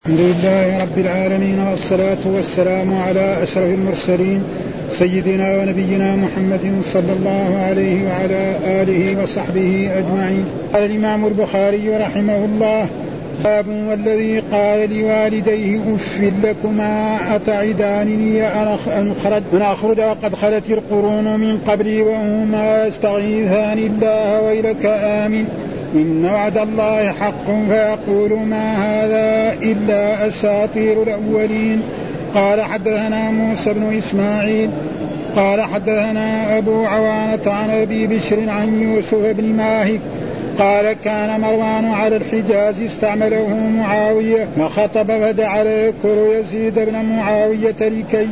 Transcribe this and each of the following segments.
الحمد لله رب العالمين والصلاة والسلام على أشرف المرسلين سيدنا ونبينا محمد صلى الله عليه وعلى آله وصحبه أجمعين. قال الإمام البخاري رحمه الله: باب والذي قال لوالديه أف لكما أتعدانني أن أخرج وقد خلت القرون من قبلي وهما يستغيثان الله ويلك آمن إن وعد الله حق فيقول ما هذا إلا أساطير الأولين. قال حدثنا موسى بن إسماعيل قال حدثنا أبو عوانة عن أبي بشر عن يوسف بن ماهك قال كان مروان على الحجاز استعمله معاوية فخطب فجعل يذكر يزيد بن معاوية لكي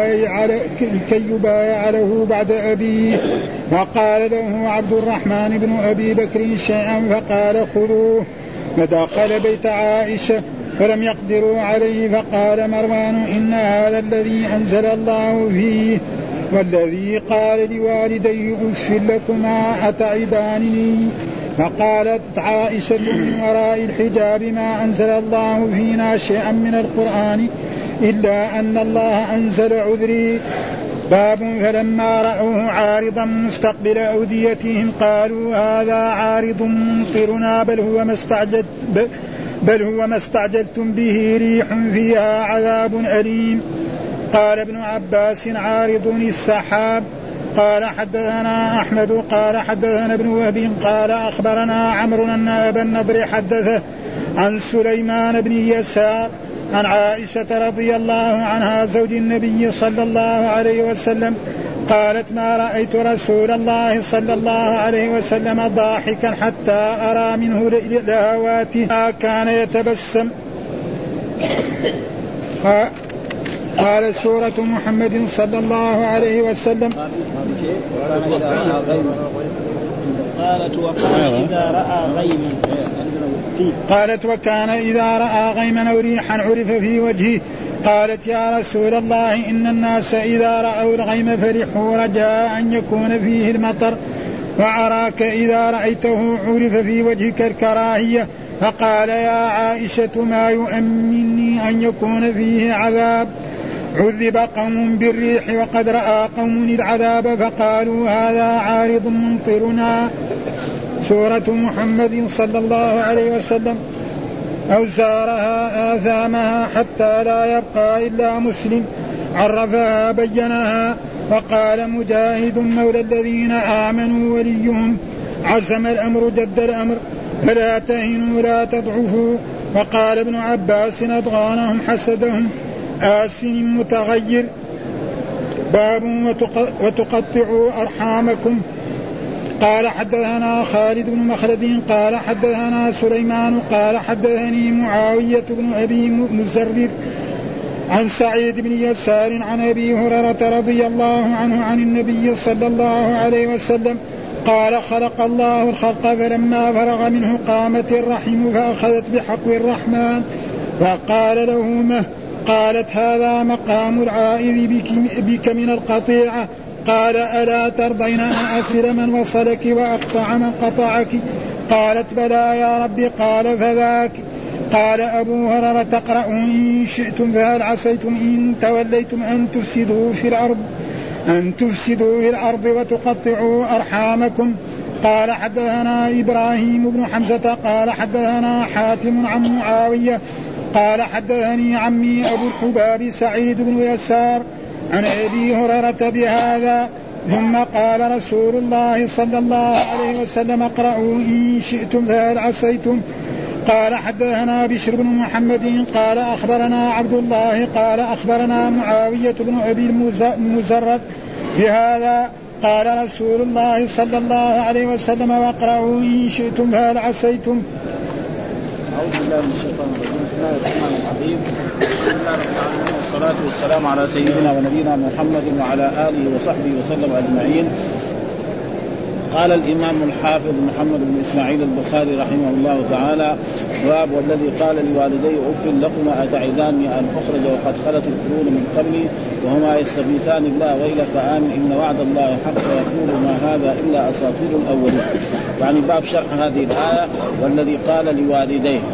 يبايع له بعد أبيه، فقال له عبد الرحمن بن أبي بكر شيئا فقال خذوه، فدخل بيت عائشة فلم يقدروا عليه، فقال مروان إن هذا الذي أنزل الله فيه والذي قال لوالديه أف لكما أتعدانني. فقالت عائشة من وراء الحجاب ما أنزل الله فينا شيئا من القرآن إلا أن الله أنزل عذري. باب فلما رأوه عارضا مستقبل أوديتهم قالوا هذا عارض ممطرنا بل هو ما استعجلتم به ريح فيها عذاب أليم. قال ابن عباس عارض السحاب. قال حدثنا أحمد قال حدثنا ابن وهب قال أخبرنا عمرو أن أبا النضر حدثه عن سليمان بن يسار عن عائشة رضي الله عنها زوج النبي صلى الله عليه وسلم قالت ما رأيت رسول الله صلى الله عليه وسلم ضاحكا حتى أرى منه لهواته كان يتبسم. قال سورة محمد صلى الله عليه وسلم قالت وكان إذا رأى غيما أو ريحا عرف في وجهه. قالت يا رسول الله إن الناس إذا رأوا الغيم فرحوا رجاء أن يكون فيه المطر، وعراك إذا رأيته عرف في وجهك الكراهية. فقال يا عائشة ما يؤمنني أن يكون فيه عذاب. عذب قوم بالريح وقد رأى قوم العذاب فقالوا هذا عارض ممطرنا. سورة محمد صلى الله عليه وسلم أو زارها آثامها حتى لا يبقى إلا مسلم عرفها بينها. وقال مجاهد مولى الذين آمنوا وليهم عزم الأمر جد الأمر فلا تهنوا لا تضعفوا. وقال ابن عباس أضغانهم حسدهم آسن متغير. باب وتقطعوا أرحامكم. قال حدثنا خالد بن مخلد قال حدثنا سليمان قال حدثني معاوية بن أبي مزرر عن سعيد بن يسار عن أبي هريرة رضي الله عنه عن النبي صلى الله عليه وسلم قال خلق الله الخلق فلما فرغ منه قامت الرحم فأخذت بحقو الرحمن فقال له مه. قالت هذا مقام العائذ بك من القطيعة. قال ألا ترضين أن أصل من وصلك وأقطع من قطعك؟ قالت بلى يا رب. قال فذاك. قال أبو هريرة تقرأ إن شئتم فهل عسيتم إن توليتم أن تفسدوا في الأرض وتقطعوا أرحامكم. قال حدثنا إبراهيم بن حمزة قال حدثنا حاتم عن معاوية قال حدثني عمي أبو الحباب سعيد بن يسار عن أبي هريرة بهذا. ثم قال رسول الله صلى الله عليه وسلم اقرأوا إن شئتم فهل عسيتم. قال حدثنا بشر بن محمد قال أخبرنا عبد الله قال أخبرنا معاوية بن أبي المزرد بهذا. قال رسول الله صلى الله عليه وسلم واقرأوا إن شئتم فهل عسيتم. أعوذ بالله من الشيطان الرجيم. بسم الله الرحمن الرحيم. بسم الله الرحمن الرحيم والصلاة والسلام على سيدنا ونبينا محمد وعلى آله وصحبه وسلم أجمعين. قال الإمام الحافظ محمد بن إسماعيل البخاري رحمه الله تعالى: باب والذي قال لوالدي أف لكما أتعدانني أن أخرج وقد خلت القرون من قبلي وهما يستغيثان الله ويلك آمن إن وعد الله حق يقول ما هذا إلا أساطير الأولين. يعني باب شرح هذه الآية والذي قال لوالديه.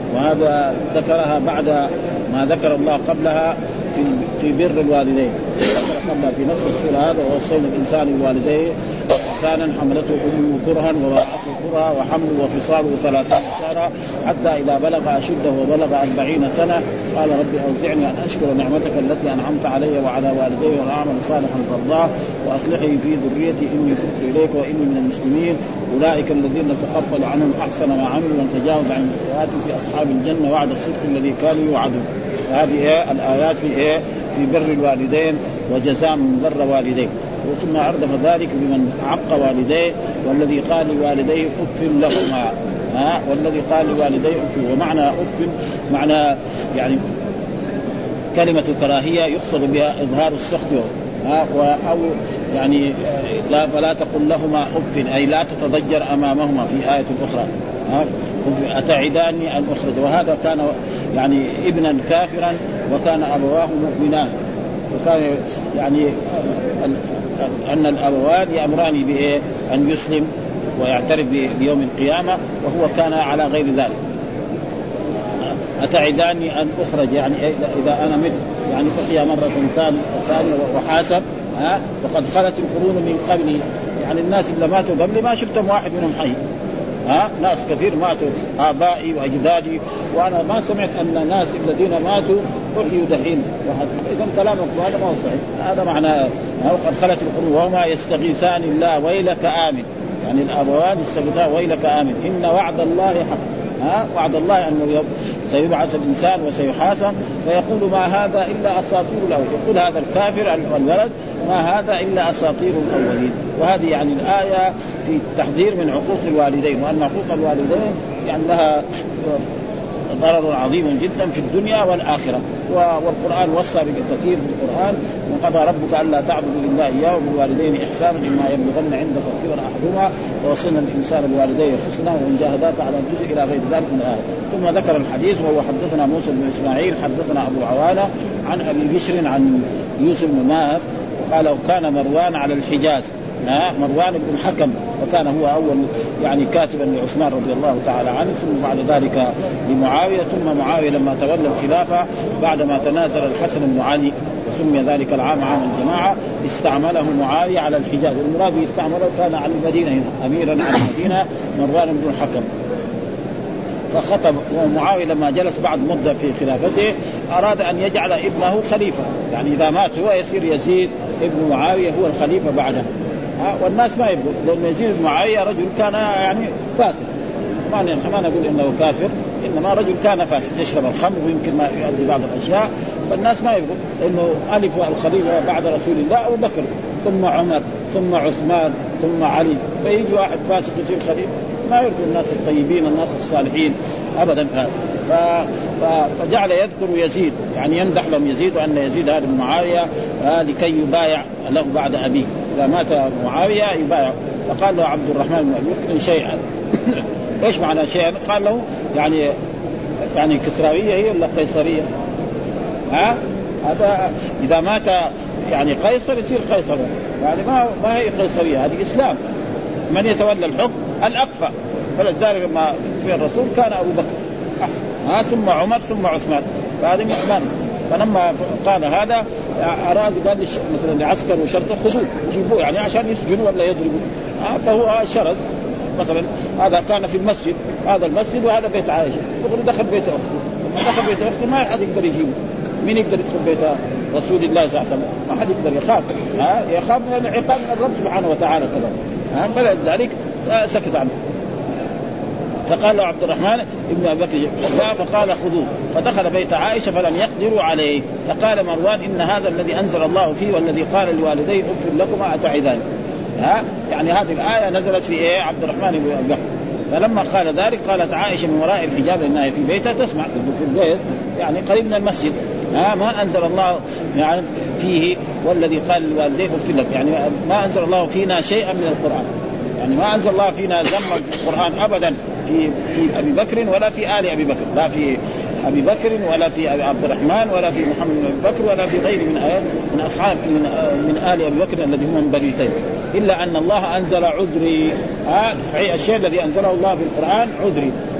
وهذا ذكرها بعد ما ذكر الله قبلها في بر الوالدين. ذكر قبلها في نفس السورة هذا: ووصينا الإنسان بوالديه إحسانا حملته أمه كرها ووضعته كرها وحمله وفصاله 30 شهرا حتى إذا بلغ أشده وبلغ 40 سنة قال رب أوزعني أن أشكر نعمتك التي أنعمت علي وعلى والدي وأن أعمل صالحا ترضاه وأصلح لي في ذريتي إني تبت إليك وإني من المسلمين أولئك الذين نتقبل عنهم أحسن ما عملوا ونتجاوز عن السيئات في أصحاب الجنة وعد الصدق الذي كانوا يوعدون. هذه الآيات في بر الوالدين وجزاء من بر والديه. ثم أردف ذلك بمن عق والديه والذي قال لوالديه أف لهما والذي قال لوالديه أف. ومعنى أف معنى يعني كلمة الكراهية يقصد بها إظهار السخط أو يعني فلا تقل لهما أف أي لا تتضجر أمامهما في آية أخرى أتعداني أن أخرج. وهذا كان يعني ابنا كافرا وكان أبواه مؤمنان وكان يعني أن الأبوان يأمران بإيه أن يسلم ويعترف بيوم القيامة وهو كان على غير ذلك. أتعداني أن أخرج يعني إذا أنا مت يعني بقي مرة ثانية وحاسب وقد خلت القرون من قبلي يعني الناس اللي ماتوا قبل ما شفتم واحد منهم حي ناس كثير ماتوا آبائي وأجدادي وأنا ما سمعت أن الناس الذين ماتوا أحيوا دحين. إذا كلامك هذا ما هو صحيح. هذا معناه وقد خلت القرون وهما يستغيثان الله ويلك آمن يعني الأبوان يستغيثان ويلك آمن إن وعد الله حق. وعد الله أنه سيبعث الإنسان وسيحاسب فيقول ما هذا إلا أساطير الأولين. يقول هذا الكافر والولد ما هذا إلا أساطير الأولين. وهذه يعني الآية في التحذير من عقوق الوالدين وأن عقوق الوالدين يعني لها ضرر عظيم جدا في الدنيا والآخرة. والقرآن وصى بكثير في القرآن وقضى ربك ألا تعبدوا إلا إياه وبالوالدين إحسانا إما يبلغن عندك الكبر أحدهما ووصينا الإنسان بوالديه حسنا وإن جاهداك على الجزء إلى غير ذلك من الآية. ثم ذكر الحديث وهو حدثنا موسى بن إسماعيل حدثنا أبو عوانة عن أبي بشر عن يوسف بن ماهر قال وكان مروان على الحجاز مروان بن الحكم وكان هو أول يعني كاتبا لعثمان رضي الله تعالى عنه ثم بعد ذلك لمعاوية ثم معاوية لما تولى الخلافة بعدما تنازل الحسن بن علي وسمي ذلك العام عام الجماعة استعمله معاوية على الحجاز. والمراد استعمله كان على المدينة هنا أميرا على المدينة مروان بن الحكم. فخطب ومعاوية لما جلس بعد مدة في خلافته أراد أن يجعل ابنه خليفة يعني إذا مات هو يصير يزيد ابن معاوية هو الخليفة بعده. والناس ما يبقوا لأن يزيد بن معاوية رجل كان يعني فاسد ما نقول إنه كافر إنما رجل كان فاسد يشرب الخمر ويمكن ما يؤدي بعض الأشياء فالناس ما يبقوا إنه ألف الخليفة بعد رسول الله أبو بكر ثم عمر ثم عثمان ثم علي فيجي واحد فاسق يصير خليفة ما يرضوا الناس الطيبين الناس الصالحين أبدا. فجعل يذكر يزيد يعني يمدح لهم يزيد وأن يزيد هذا معاوية لكي يبايع له بعد أبيه إذا مات معاوية يبايع. فقال له عبد الرحمن بن أبي بكر شيئا إيش معنى شيئا؟ قال له يعني كسراوية هي ولا قيصرية هذا إذا مات يعني قيصر يصير قيصر يعني ما هي قيصرية هذه إسلام. من يتولى الحكم الأكفأ فلذلك لما في الرسول كان أبو بكر أحسن ثم عمر ثم عثمان فهذه مؤمن. فلما قال هذا أراد قال مثلا لعسكر وشرطة خذوه جيبوه يعني عشان يسجنوا ولا يضربوا فهو شرط مثلا هذا كان في المسجد هذا المسجد وهذا بيت عائشة دخل بيت أخته لما دخل بيت أخته ما حد يقدر يجيبه. مين يقدر يدخل بيت رسول الله صلى الله عليه وسلم؟ ما حد يقدر يخاف من العقاب من الرب سبحانه وتعالى كذا فلذلك سكت عنه. فقال له عبد الرحمن ابن أبي بكر فقال خذوه فدخل بيت عائشة فلم يقدروا عليه. فقال مروان إن هذا الذي أنزل الله فيه والذي قال لوالديه أف لكما أتعدان يعني هذه الآية نزلت في عبد الرحمن بن أبي بكر. فلما قال ذلك قالت عائشة من وراء الحجاب لأنها في بيتها تسمع في البيت يعني قريب من المسجد ما أنزل الله يعني فيه والذي قال لوالديه أف لك يعني ما أنزل الله فينا شيئا من القرآن يعني ما أنزل الله فينا ذما في القرآن أبدا في أبي بكر ولا في آل أبي بكر لا في أبي بكر ولا في عبد الرحمن ولا في محمد بن أبي بكر ولا في غيره من أصحاب من آل أبي بكر الذي هم من بني تيم إلا أن الله أنزل عذري صحيح الشيء الذي أنزله الله في القرآن عذري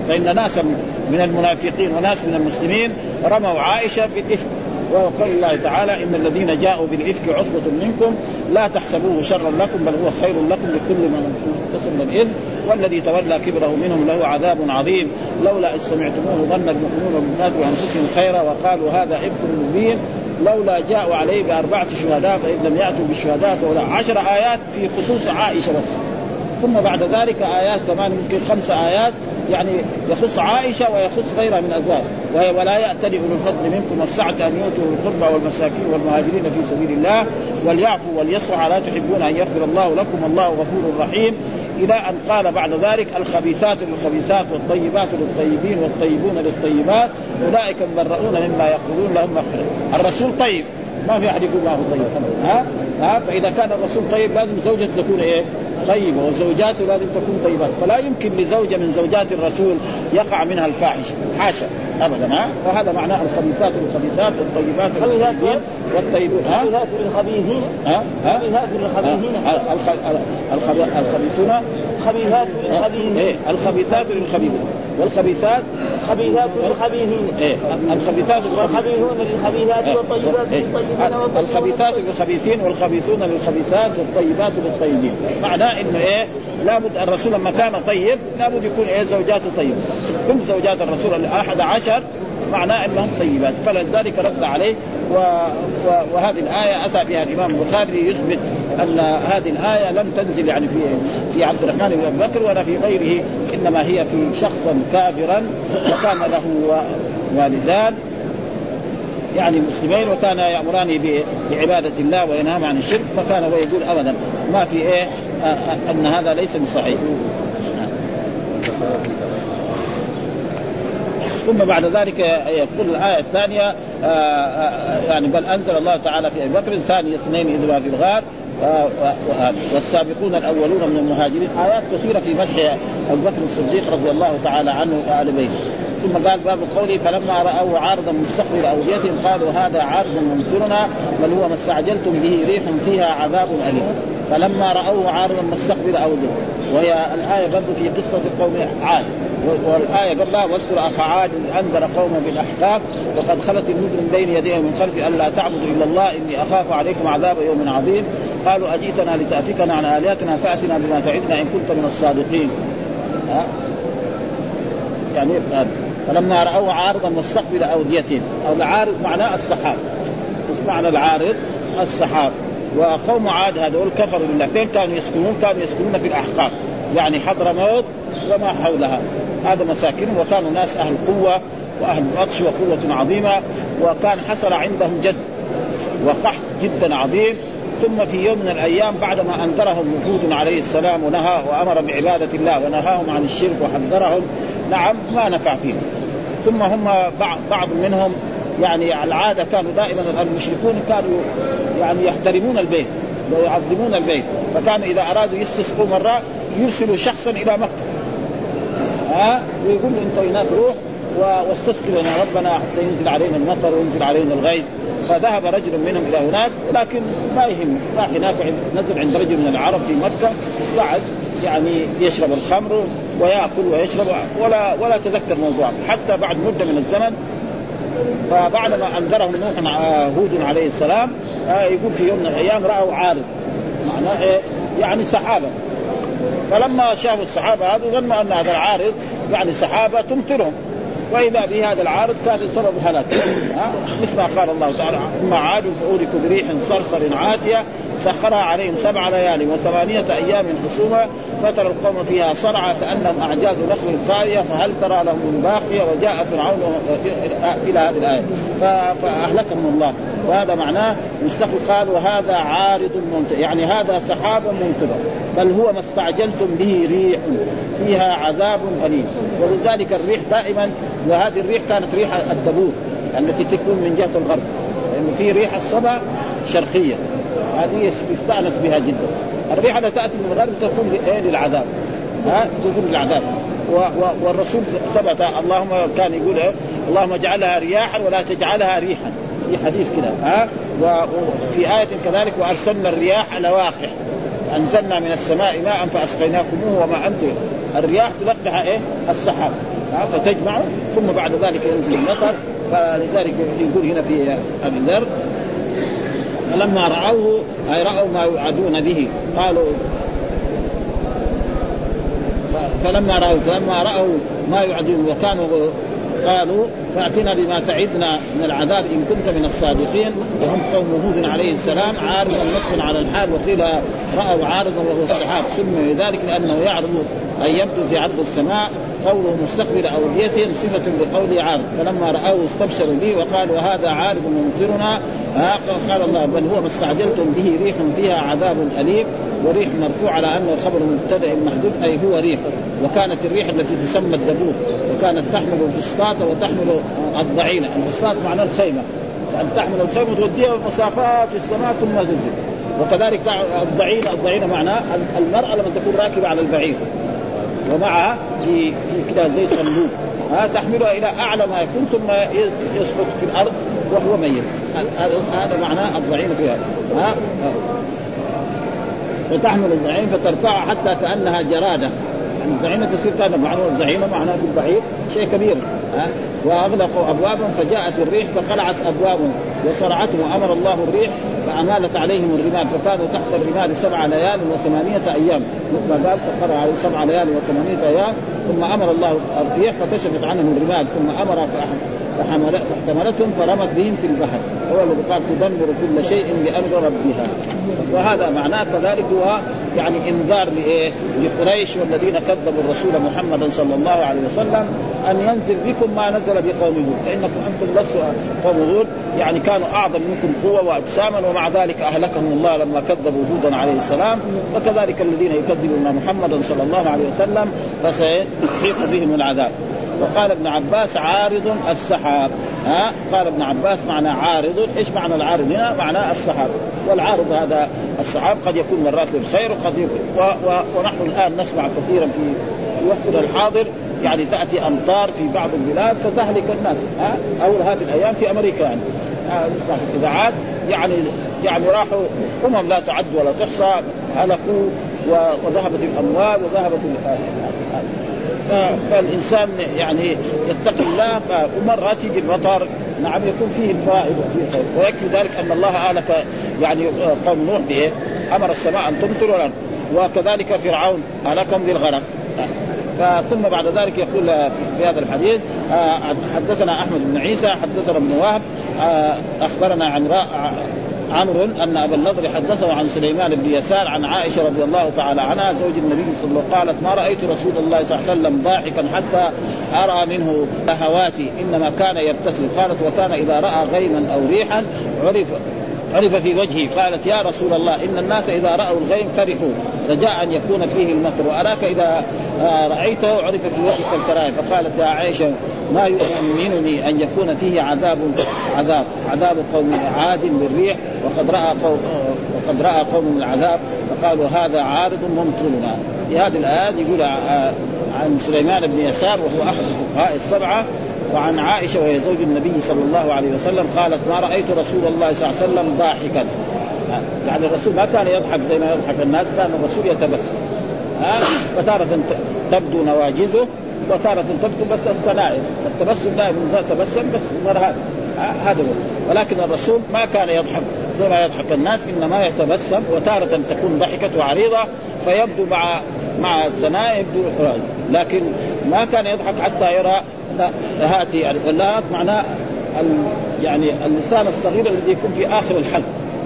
فإن ناسا من المنافقين وناس من المسلمين رموا عائشة بالإفك، وقال الله تعالى إن الذين جاءوا بالإفك عصبة منكم لا تحسبوه شرا لكم بل هو خير لكم لكل من اكتسب من الإثم والذي تولى كبره منهم له عذاب عظيم لولا إذ سمعتموه ظن المؤمنون والمؤمنات بأنفسهم خيرا وقالوا هذا إفك مبين لولا جاءوا عليه ب4 شهداء فإذ لم يأتوا بالشهداء فولا 10 آيات في خصوص عائشة بس. ثم بعد ذلك آيات كمان يمكن 5 آيات يعني يخص عائشة ويخص غيرها من أزواج. ولا يأتل أولو الفضل منكم والسعة أن يؤتوا القربى والمساكين والمهاجرين في سبيل الله وليعفوا وليصفحوا ألا تحبون أن يغفر الله لكم والله غفور رحيم إلى أن قال بعد ذلك الخبيثات للخبيثات والطيبات للطيبين والطيبون للطيبات أولئك مبرؤون مما يقولون لهم مغفرة. الرسول طيب ما في أحد يقول ما هو طيب فإذا كان الرسول طيب لازم زوجته تكون طيبة وزوجاته لازم تكون طيبات، فلا يمكن لزوجة من زوجات الرسول يقع منها الفاحشة حاشا أبدا. وهذا معناه الخبيثات للخبيثات والطيبات للطيبين والطيبون الخبيثات للخبيثين الخبيثات للخبيثين الخبيثون خبيثات للخبيثين الخبيثات للخبيثين والخبيثات خبيثات للخبيثين الخبيثات والخبيثون للخبيثات والطيبات للطيبين الخبيثات للخبيثين والخبيثون للخبيثات والطيبات للطيبين. معناه إنه لابد الرسول لما كان طيب لابد يكون زوجاته طيبة. كل زوجات الرسول 11 معناه أنهم طيبات، فلذلك رد عليه. وهذه الآية أتى بها الإمام البخاري يثبت أن هذه الآية لم تنزل يعني في عبد الرحمن بن أبي بكر ولا في غيره، إنما هي في شخص كافرا وكان له والدان يعني مسلمين وكان يأمران بعبادة الله وينهى عن الشرك، فكان هو يقول أبدا ما في أن هذا ليس بصحيح. ثم بعد ذلك يقول الآية الثانية يعني بل أنزل الله تعالى في أبي بكر ثاني اثنين إذ هما في الغار والسابقون الأولون من المهاجرين. آيات كثيرة في مدح أبي بكر الصديق رضي الله تعالى عنه وآل بيته. ثم قال باب قوله فلما رأوا عارضا مستقبل أوديتهم قالوا هذا عارض ممطرنا بل هو ما استعجلتم به ريح فيها عذاب أليم. فلما رأوه عارضا مستقبل أوديتهم، وهي الآية برضو في قصة قوم عاد، والآية قبلها واذكر أخا عاد أنذر قوما بالأحقاف وقد خلت النذر من بين يديه ومن خلفه ألا تعبدوا إلا الله إني أخاف عليكم عذاب يوم عظيم. قالوا أجئتنا لتأفكنا عن آلهتنا فأتنا بما تعدنا إن كنت من الصادقين. يعني فلما رأوا عارضا مستقبل أوديتهم، أو العارض معناه السحاب، معنى العارض السحاب. وقوم عاد هذول كفروا بالله. فين كانوا يسكنون؟ كانوا يسكنون في الأحقاف يعني حضرموت وما حولها، هذا مساكن، وكانوا ناس أهل قوة وأهل بطش وقوة عظيمة، وكان حصل عندهم جد وقحط جدا عظيم. ثم في يوم من الأيام بعدما أنذرهم هود عليه السلام ونهى وأمر بعبادة الله ونهاهم عن الشرك وحذرهم ما نفع فيهم. ثم هم بعض منهم يعني العادة كانوا دائما المشركون كانوا يعني يحترمون البيت ويعظمون البيت، فكانوا إذا أرادوا يستسقوا مرة يرسلوا شخصا إلى مكة ويقول له أنت هناك روح واستسقي لنا ربنا حتى ينزل علينا المطر وينزل علينا الغيث. فذهب رجل منهم إلى هناك، لكن ما يهم، راح هناك نزل عند رجل من العرب في مكة، قعد يعني يشرب الخمر ويأكل ويشرب ولا تذكر موضوعه حتى بعد مدة من الزمن. فبعدما أنذرهم نوح هود عليه السلام يقول في يوم من الأيام رأوا عارض معناه يعني سحابة. فلما شافوا السحابة هذا ظنوا أن هذا العارض يعني سحابة تمطرهم، وإذا بهذا العارض كان سبب هلاك مثل ما قال الله تعالى أما عاد فأولكوا بريح صرصر عاتية سخرها عليهم 7 ليال و8 أيام حسوما فترى القوم فيها صرعى كأنهم أعجاز نخل خاوية فهل ترى لهم من باقية وجاء فرعون إلى هذه الآية فأهلكهم الله. وهذا معناه مستقبل. قال وهذا عارض ممطر يعني هذا سحاب ممطر بل هو ما استعجلتم به ريح فيها عذاب أليم. ولذلك الريح دائما، وهذه الريح كانت ريح الدبور التي تكون من جهة الغرب، لأن في ريح الصبا شرقية هذه يستأنس بها جدا. الريح التي تأتي من الغرب تكون للعذاب تكون للعذاب. والرسول ثبت اللهم كان يقول اللهم اجعلها رياحا ولا تجعلها ريحا في حديث كده وفي آية كذلك وأرسلنا الرياح لواقح أنزلنا من السماء ماء فأسقيناكموه وما أنتم. الرياح تلقح السحاب فتجمع ثم بعد ذلك ينزل المطر. فلذلك يقول هنا في أبي ذر فلما رأوه أي رأوا ما يوعدون به قالوا فلما رأوا ما يوعدون وكانوا قالوا فأتنا بما تعدنا من العذاب إن كنت من الصادقين. وهم قوم هود عليه السلام عارضا نصف على الحال، وقيل رأوا عارضا وهو السحاب، سمي ذلك لأنه يعرض أن يبدو في عرض السماء، قوله مستقبل أوديتهم صفة بقول عارض. فلما رأوه استبشروا به وقالوا هذا عارض ممطرنا. قال الله بل هو ما استعجلتم به ريح فيها عذاب أليم. وريح مرفوع على أنه خبر مبتدأ محدود أي هو ريح. وكانت الريح التي تسمى الدبوت وكانت تحمل الفسطاط وتحمل الضعينة. الفسطاط معناه الخيمة، يعني تحمل الخيمة وتوديها مسافات في السماء ثم تنزل. وكذلك الضعينة معناه المرأة لما تكون راكبة على البعير ومعها في كده زي صندوق تحملها إلى أعلى ما يكون ثم يسقط في الأرض وهو ميت. هذا معناه الضعينة فيها. وتحمل الضعين فترفعها حتى كأنها جرادة. الضعينة تصير كذا معناه الضعينة معناه بالبعير شيء كبير. وأغلقوا أبوابهم فجاءت الريح فقلعت أبوابهم وصرعتهم. وأمر الله الريح فأمالت عليهم الرمال فكانوا تحت الرمال 7 ليال و8 أيام مثل ما قال سخر عليه 7 ليال و8 أيام. ثم أمر الله الريح فكشفت عنهم الرمال ثم أمر فاحتملتهم فرمت بهم في البحر. هو الذي قال تدمر كل شيء بأمر ربها. وهذا معناه كذلك هو يعني انذار لقريش والذين كذبوا الرسول محمد صلى الله عليه وسلم أن ينزل بكم ما نزل بقوم هود فإنكم أنتم لستم قوم هود، يعني كانوا أعظم منكم قوة وأجساما ومع ذلك أهلكهم الله لما كذبوا هودا عليه السلام. وكذلك الذين يكذبون محمدا صلى الله عليه وسلم فسيحيق بهم العذاب. وقال ابن عباس عارض السحاب. قال ابن عباس معنى عارض. ايش معنى العارض هنا؟ معنى السحاب. والعارض هذا السحاب قد يكون مرات للخير وقد يكون ونحن الآن نسمع كثيرا في وقتنا الحاضر يعني تأتي أمطار في بعض البلاد فتهلك الناس. أول هذه الأيام في أمريكا يعني نسمع في الإذاعات يعني راحوا لا تعد ولا تحصى هلكوا وذهبت الأموال وذهبت فالإنسان يعني يتقي الله. ومرات يجي المطر نعم يكون فيه الفائد وفيه خير. ويكفي ذلك أن الله أهلك يعني قوم نوح بإيه؟ أمر السماء أن تمطر والأرض. وكذلك فرعون أهلكهم بالغرق. ثم بعد ذلك يقول في هذا الحديث حدثنا أحمد بن عيسى حدثنا ابن وهب أخبرنا عمرو أن أبا النضر حدثه عن سليمان بن يسار عن عائشة رضي الله تعالى عنها زوج النبي صلى الله عليه وسلم قالت ما رأيت رسول الله صلى الله عليه وسلم ضاحكا حتى أرى منه لهواتي إنما كان يبتسم. قالت وكان إذا رأى غيما أو ريحا عرف في وجهه. قالت يا رسول الله إن الناس إذا رأوا الغيم فرحوا رجاء أن يكون فيه المطر وأراك إذا رأيته عرف في وجهك الكراهية. فقالت يا عائشة ما يؤمنني أن يكون فيه عذاب قوم عاد بالريح وقد رأى قوم العذاب فقالوا هذا عارض ممطرنا. في هذه الآيات يقول عن سليمان بن يسار وهو أحد الفقهاء السبعة وعن عائشة وهي زوج النبي صلى الله عليه وسلم قالت ما رأيت رسول الله صلى الله عليه وسلم ضاحكا. يعني الرسول ما كان يضحك زي ما يضحك الناس، كان الرسول يتبسم. فتارة تبدو نواجذه وتارة تبدو بس التناعم. التبسم لا ينزل تبسم بس مرة هذا هو. ولكن الرسول ما كان يضحك زي ما يضحك الناس، إنما يتبسم وتارة تكون ضحكة عريضة فيبدو مع الثناء يبدو، لكن ما كان يضحك حتى يرى هاتي. يعني واللهات معناه يعني اللسان الصغير الذي يكون في آخر الحلق.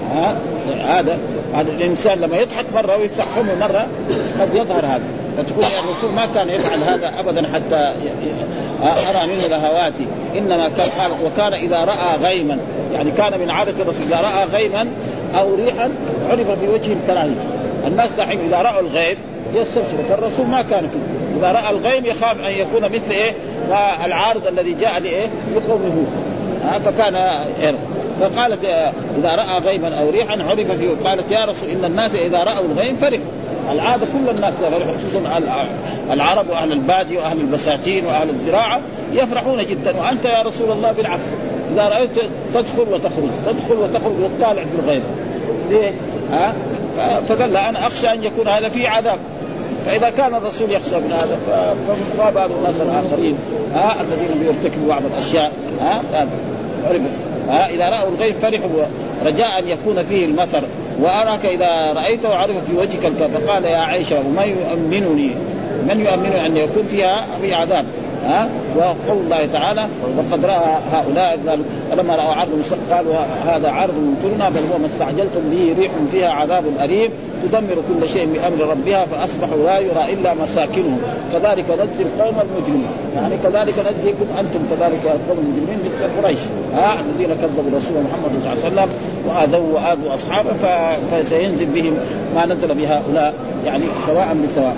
هذا الإنسان لما يضحك مرة ويفتح فمه مرة قد يظهر هذا. فتقول يا الرسول ما كان يفعل هذا أبدا حتى أرى منه لهواتي إنما كان قالت وكان إذا رأى غيما، يعني كان من عادة الرسول إذا رأى غيما أو ريحا عرف في وجهه الكراهية. الناس دحين إذا رأوا الغيب يستبشر، فالرسول ما كان فيه. إذا رأى الغيم يخاف أن يكون مثل العارض الذي جاء لقومه. فكان فقالت إذا رأى غيما أو ريحا عرف فيه. قالت يا رسول إن الناس إذا رأوا الغيم فرحوا. العادة كل الناس خصوصا العرب وأهل البادية وأهل البساتين وأهل الزراعة يفرحون جدا، وأنت يا رسول الله بالعكس إذا رأيت تدخل وتخرج وتطالع في الغيب. ليه؟ فقال لا أنا أخشى أن يكون هذا فيه عذاب. فإذا كان الرسول يخشى من هذا فما بال الناس الآخرين الذين بيرتكبوا بعض الأشياء عرفوا إذا رأوا الغيب فرحوا رجاء أن يكون فيه المطر وأراك إذا رأيته عرف في وجهك فقال يا عائشة من يؤمنني أن يكون فيها في عذاب وقول الله تعالى وقد رأى هؤلاء لما رأوا عرض قالوا هذا عرض ممطرنا بل هو ما استعجلتم به ريح فيها عذاب أليم تدمر كل شيء بأمر ربها فأصبحوا لا يرى إلا مساكنهم كذلك نجزي القوم المجرمين يعني كذلك نجزيكم أنتم كذلك القوم المجرمين مثل قريش الذين كذبوا الرسول محمد صلى الله عليه وسلم وآذوا أصحابه فسينزل بهم ما نزل بهؤلاء يعني سواء بسواء.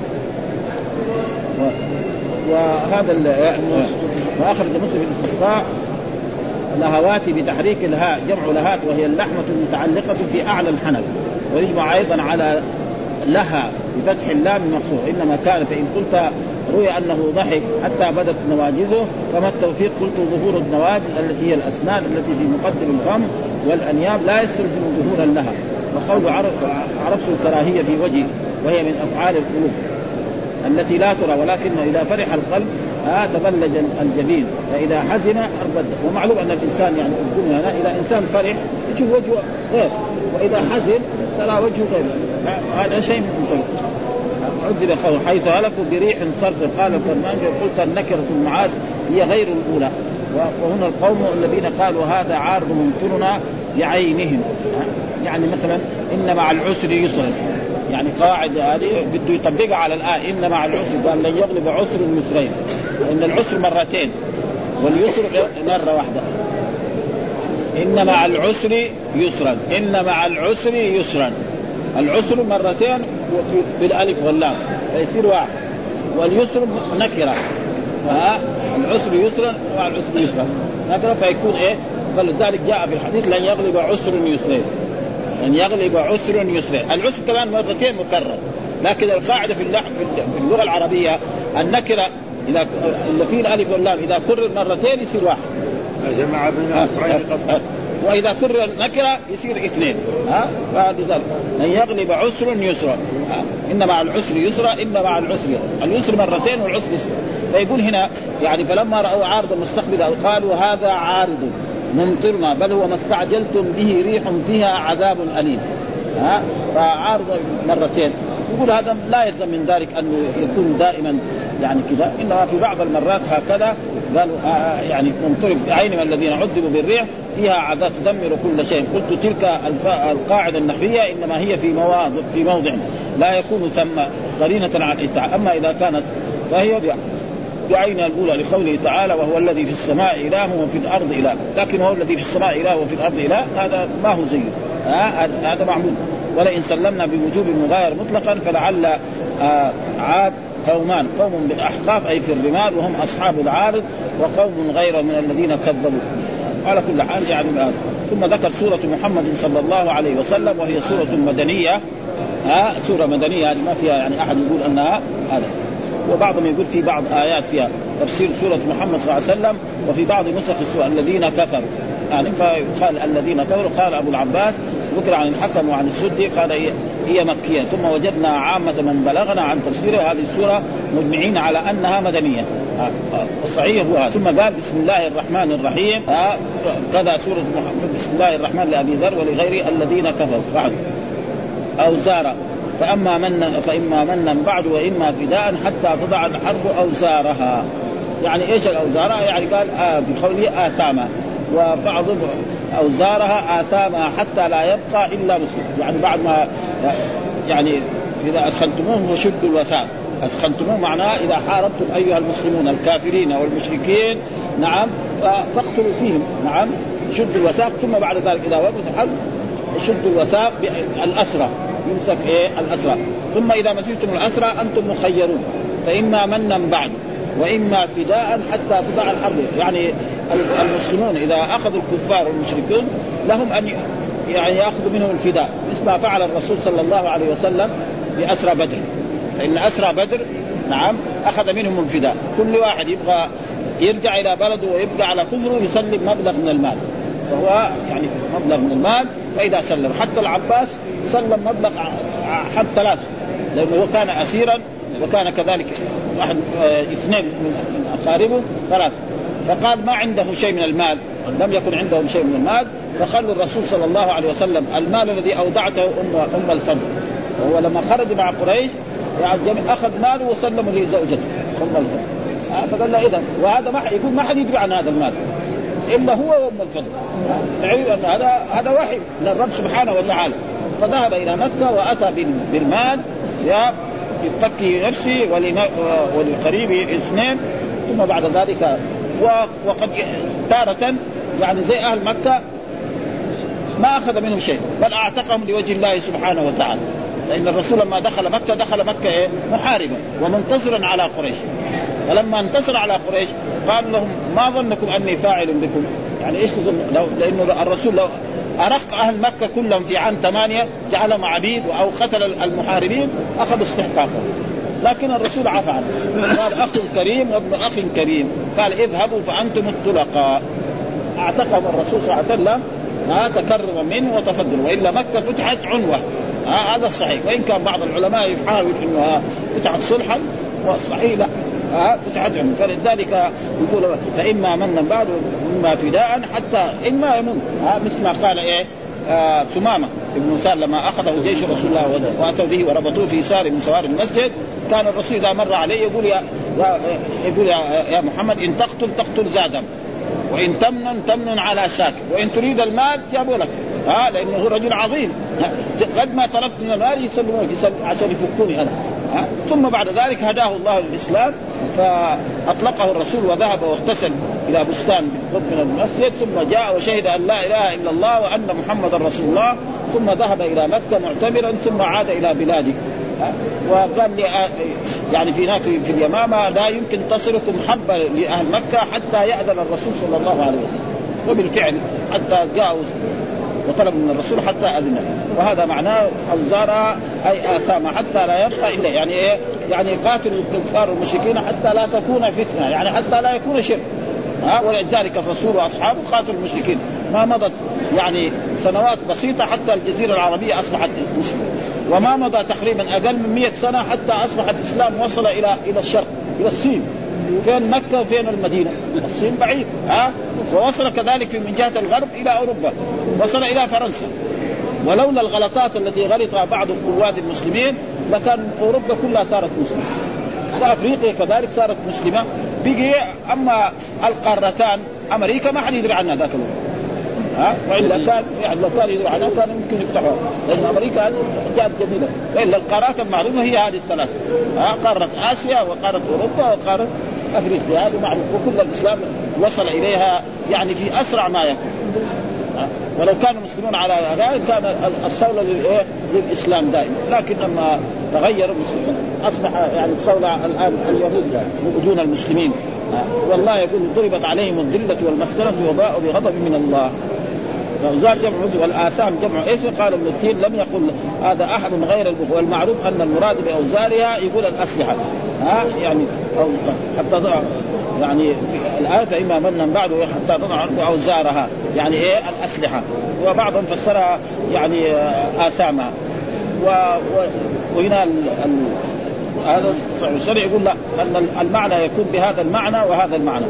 وهذا يعني وأخرج مسلم الاستسقاء لهواتي بتحريك الهاء جمع لهات وهي اللحمة المتعلقة في أعلى الحنك ويجمع أيضا على لها بفتح اللام مقصور إنما كان فإن قلت روي أنه ضحك حتى بدت نواجذه فما التوفيق قلت ظهور النواجذ التي هي الأسنان التي في مقدم الفم والأنياب لا يستلزم ظهورا لها وقول عرفت الكراهية في وجهه وهي من أفعال القلوب التي لا ترى ولكنه إذا فرح القلب تبلج الجبين فإذا حزن أربد ومعلوم أن الإنسان يعني في الدنيا هنا إذا إنسان فرح يشوف وجهه غير وإذا حزن ترى وجهه غير هذا شيء مختلف. عذب قوم حيث هلكوا بريح صرف قال الكرماني قلت النكرة المعاد هي غير الأولى وهنا القوم الذين قالوا هذا عارض ممطرنا بعينهم يعني مثلا إن مع العسر يسرا يعني قاعدة هذه بده يطبقها على الآية إن مع العسر قال لن يغلب عسر يسرين إن العسر مرتين واليسر مرة واحدة إن مع العسر يسرا إن مع العسر يسرا العسر مرتين بالألف واللام فيصير واحد واليسر نكرة العسر يسرا مع العسر يسرا نكرة فيكون إيه فلذلك جاء في الحديث لن يغلب عسر يسرين أن يغلب عسر يسرين العسر كمان مرتين مكرر لكن القاعدة في اللغة العربية النكرة إذا اللي فيه الألف واللام إذا كرر مرتين يصير واحد جمع بين أسرين وإذا كرر النكرة يصير اثنين فلذلك أن يغلب عسر يسرا إن مع العسر يسرا إن مع العسر اليسر مرتين والعسر يسرا فيقول هنا يعني فلما رأوا عارض المستقبل قالوا هذا عارض ممطرنا بل هو ما استعجلتم به ريح فيها عذاب أليم فعارض مرتين يقول هذا لا يلزم من ذلك أنه يكون دائما يعني كذا إنما في بعض المرات هكذا قالوا يعني ممطر بعين الذين عذبوا بالريح فيها عذاب تدمر كل شيء قلت تلك القاعدة النحوية إنما هي في موضع لا يكون ثم قرينة عن الإتعاب أما إذا كانت فهي بعينها الأولى لقوله تعالى وهو الذي في السماء إله وفي الأرض إله لكن هو الذي في السماء إله وفي الأرض إله هذا ما هو زيه هذا معلوم ولئن سلمنا بوجوب المغاير مطلقا فلعل عاد قومان قوم بالأحقاف أي في الرمال وهم أصحاب العارض وقوم غير من الذين كذبوا على كل حال يعني ثم ذكر سورة محمد صلى الله عليه وسلم وهي سورة مدنية سورة مدنية ما فيها يعني أحد يقول أنها هذا وبعضهم يقول في بعض آيات فيها تفسير سورة محمد صلى الله عليه وسلم وفي بعض نسخ السورة الذين كفروا يعني فقال الذين كفروا قال أبو العباس ذكر عن الحكم وعن السدي قال هي مكية ثم وجدنا عامة من بلغنا عن تفسير هذه السورة مجمعين على أنها مدنية الصحيح هو ثم قال بسم الله الرحمن الرحيم كذا سورة محمد بسم الله الرحمن لأبي ذر ولغيره الذين كفروا بعد أوزارا فإما منا بعد وإما فداء حتى تضع الحرب أوزارها يعني إيش الأوزارها يعني قال بقوله آثاما وبعض أوزارها آثاما حتى لا يبقى إلا مسلم يعني بعد ما يعني إذا أثخنتموهم وشدوا الوثاق أثخنتموهم معناه إذا حاربتم أيها المسلمون الكافرين والمشركين نعم فاقتلوا فيهم نعم شدوا الوثاق ثم بعد ذلك إذا وقفت الحرب شدوا الوثاق بالأسرى يمسك الأسرى ثم إذا مسكتم الأسرى أنتم مخيرون فإما منا بعد وإما فداء حتى تضع الحرب يعني المسلمون إذا أخذوا الكفار والمشركون لهم أن يعني يأخذوا منهم الفداء مثل ما فعل الرسول صلى الله عليه وسلم بأسرى بدر فإن أسرى بدر نعم أخذ منهم الفداء كل واحد يبغى يرجع إلى بلده ويبقى على كفره يسلم مبلغ من المال وهو يعني مبلغ من المال فإذا سلم حتى العباس سلم مبلغ حد 3 لأنه كان أسيرا وكان كذلك واحد اثنين من أقاربه ثلاثة، فقال ما عنده شيء من المال، لم يكن عندهم شيء من المال، فقال الرسول صلى الله عليه وسلم المال الذي أودعته أم الفضل. وهو لما خرج مع قريش يعني أخذ ماله وسلمه لزوجته أم الفضل. فقال له إذا وهذا ما يقول ما حد يدري عن هذا المال إلا هو وأم الفضل، يعني أن هذا وحي من الرب سبحانه وتعالى. فذهب إلى مكة وأتى بالمال يتقي نفسه ولقريبه اثنين، ثم بعد ذلك وقد تارة يعني زي أهل مكة ما أخذ منهم شيء بل أعتقهم لوجه الله سبحانه وتعالى، لأن الرسول لما دخل مكة محاربا ومنتصرا على قريش، فلما انتصر على قريش قال لهم ما ظنكم أني فاعل بكم، يعني إيش تظن؟ لأنه الرسول لو أرق أهل مكة كلهم في عام 8 جعلهم عبيد أو قتل المحاربين أخذوا استحقاقهم، لكن الرسول عفى عنه قال أخ كريم وابن أخ كريم، قال اذهبوا فأنتم الطلقاء. اعتقهم الرسول صلى الله عليه وسلم تكرما منه وتفضل، وإلا مكة فتحت عنوة، هذا الصحيح. وإن كان بعض العلماء يحاول إنها فتحت صلحا والصحيح لا فتحت عنوة. فلذلك يقول فإما منا بعد وإما فداء حتى إما يموت، مثل ما قال ثمامة ابن سال لما أخذه جيش رسول الله وأتوا به وربطوه في سار من سوار المسجد، كان الرسول إذا مر عليه يقول يا محمد إن تقتل زادم، وإن تمنن على شاك، وإن تريد المال جابوا لك، لأنه رجل عظيم قد ما طلبت من المال يسلمون عشان يفكوني أنا. ثم بعد ذلك هداه الله للإسلام فأطلقه الرسول وذهب واغتسل إلى بستان بالقرب من المسجد، ثم جاء وشهد أن لا إله إلا الله وأن محمد رسول الله، ثم ذهب إلى مكة معتمرا ثم عاد إلى بلاده. وقال لي يعني في اليمامة لا يمكن تصلكم حبة لأهل مكة حتى يأذن الرسول صلى الله عليه وسلم، وبالفعل حتى جاءوا وطلب من الرسول حتى أذن. وهذا معناه أوزارها أي آثام حتى لا يبقى إلا يعني إيه؟ يعني قاتل الكفار المشركين حتى لا تكون فتنة، يعني حتى لا يكون شرك. ولذلك الرسول وأصحابه قاتلوا المشركين، ما مضت يعني سنوات بسيطة حتى الجزيرة العربية أصبحت مسلمة، وما مضى تقريبا أقل من 100 سنة حتى أصبح الإسلام وصل إلى الشرق، إلى الصين. فين مكة وفين المدينة؟ الصين بعيد، ووصل كذلك من جهة الغرب إلى أوروبا، وصل إلى فرنسا. ولولا الغلطات التي غلطها بعض القواد المسلمين لكان أوروبا كلها صارت مسلمة، وأفريقيا كذلك صارت مسلمة. بقي أما القارتان أمريكا ما حد يدري عنها ذاك الوقت، وإلا كان يعني لو كان يدري عنها كان ممكن يفتحوها، لأن أمريكا جاءت جميلة. وإلا القارات المعروفة هي هذه الثلاث، قارة آسيا وقارة أوروبا وقارة أفريقيا، هذه معروفة، وكل الإسلام وصل إليها يعني في أسرع ما يكون. ولو كانوا مسلمون على ذلك كان الصولة للإسلام دائما، لكن لما تغيروا المسلمين أصبح يعني الصولة الآن اليهود دون المسلمين. والله يقول ضربت عليهم الذلة والمسكنة وباءوا بغضب من الله. أوزار جمع عزو والآثام جمع اسم. قال ابن التين لم يقل هذا أحد غير البخاري، والمعروف أن المراد بأوزارها يقول الأسلحة، يعني أو حتى يعني الآية فإما منا بعد حتى تضع أوزارها يعني إيه الأسلحة، وبعضهم فسرها يعني آثامها. وهنا هذا صحيح الشرع يقول لا، أن المعنى يكون بهذا المعنى وهذا المعنى.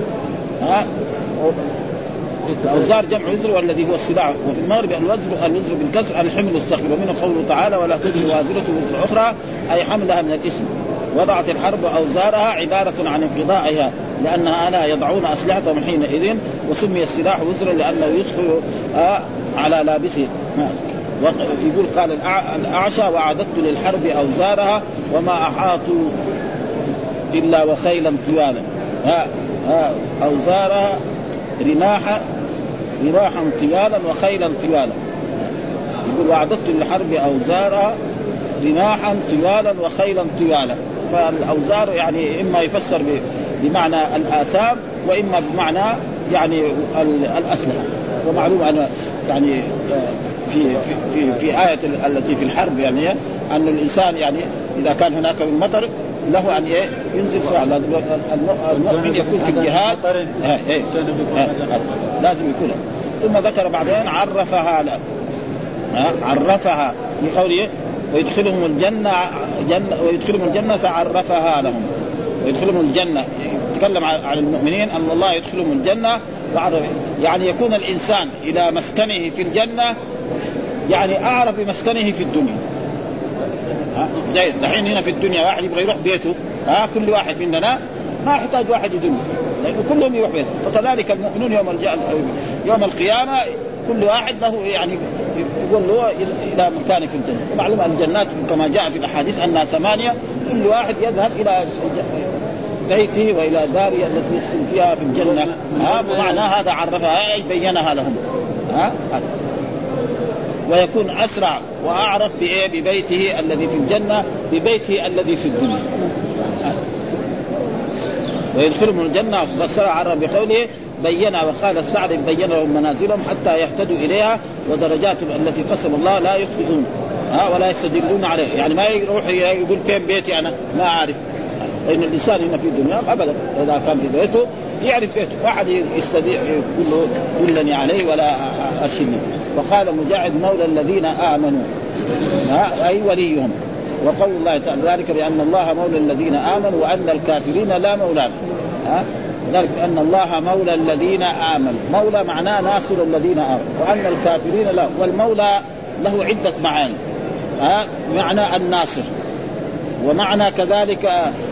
الأوزار جمع وزر والذي هو السلاح. وفي المغرب الوزر بالكسر الحمل الثقيل. ومن قوله تعالى ولا تزر وازرة وزر أخرى أي حملها من الإثم. وضعت الحرب أوزارها عبارة عن انقضائها لأنها لا يضعون أسلحتهم حينئذ، وسمي السلاح وزرا لأنه يدخل على لابسه. يقول قال الأعشى وعددت للحرب أوزارها وما أحاطوا إلا وخيلا طوالا. أوزارها رماحا طوالا وخيلا طوالا. يقول وعددت للحرب أوزارها رماحا طوالا وخيلا طوالا. فالأوزار يعني إما يفسر بمعنى الآثام وإما بمعنى يعني الأسلحة. ومعلوم أن يعني في آية التي في الحرب يعني أن الإنسان يعني إذا كان هناك من مطر له أن ينزل سواء، لازم المؤمن يكون في الجهاد لازم يكون. ثم ذكر بعدين عرفها في قوله ويدخلهم الجنة عرفها لهم. ويدخلهم الجنة يتكلم عن المؤمنين أن الله يدخلهم الجنة، يعني يكون الإنسان إلى مسكنه في الجنة يعني أعرف بمسكنه في الدنيا. زي دحين هنا في الدنيا واحد يبغى يروح بيته، كل واحد مننا ما يحتاج واحد يدله لأنه كلهم يروح بيته. فكذلك المؤمنون يوم القيامة كل واحد له يعني يقول له إلى مكانه في الجنة. معلوم الجنات كما جاء في الأحاديث أنها 8، كل واحد يذهب إلى بيته وإلى داره التي يسكن فيها في الجنة. فمعنى هذا عرفها أي بينها لهم. ويكون أسرع وأعرف ببيته الذي في الجنة ببيته الذي في الدنيا. ويدخلهم الجنة فسر عرف بقوله بينا، وقال السعد بين لهم منازلهم حتى يهتدوا إليها ودرجات التي قسم الله لا يخطئون ولا يستدلون عليه. يعني ما يروح يقول فين بيتي أنا ما أعرف، لأن الإنسان هنا في الدنيا أبدا إذا كان في بيته يعرف بيته، واحد يستطيع يقول له دلني عليه ولا أرشدني. وقال مجاهد مولى الذين آمنوا أي وليهم. وقول الله تعالى ذلك بأن الله مولى الذين آمنوا وأن الكافرين لا مولى. ذلك أن الله مولى الذين آمنوا، مولى معناه ناصر الذين آمنوا، وأن الكافرين لا. والمولى له عدة معاني، معنى الناصر، ومعنى كذلك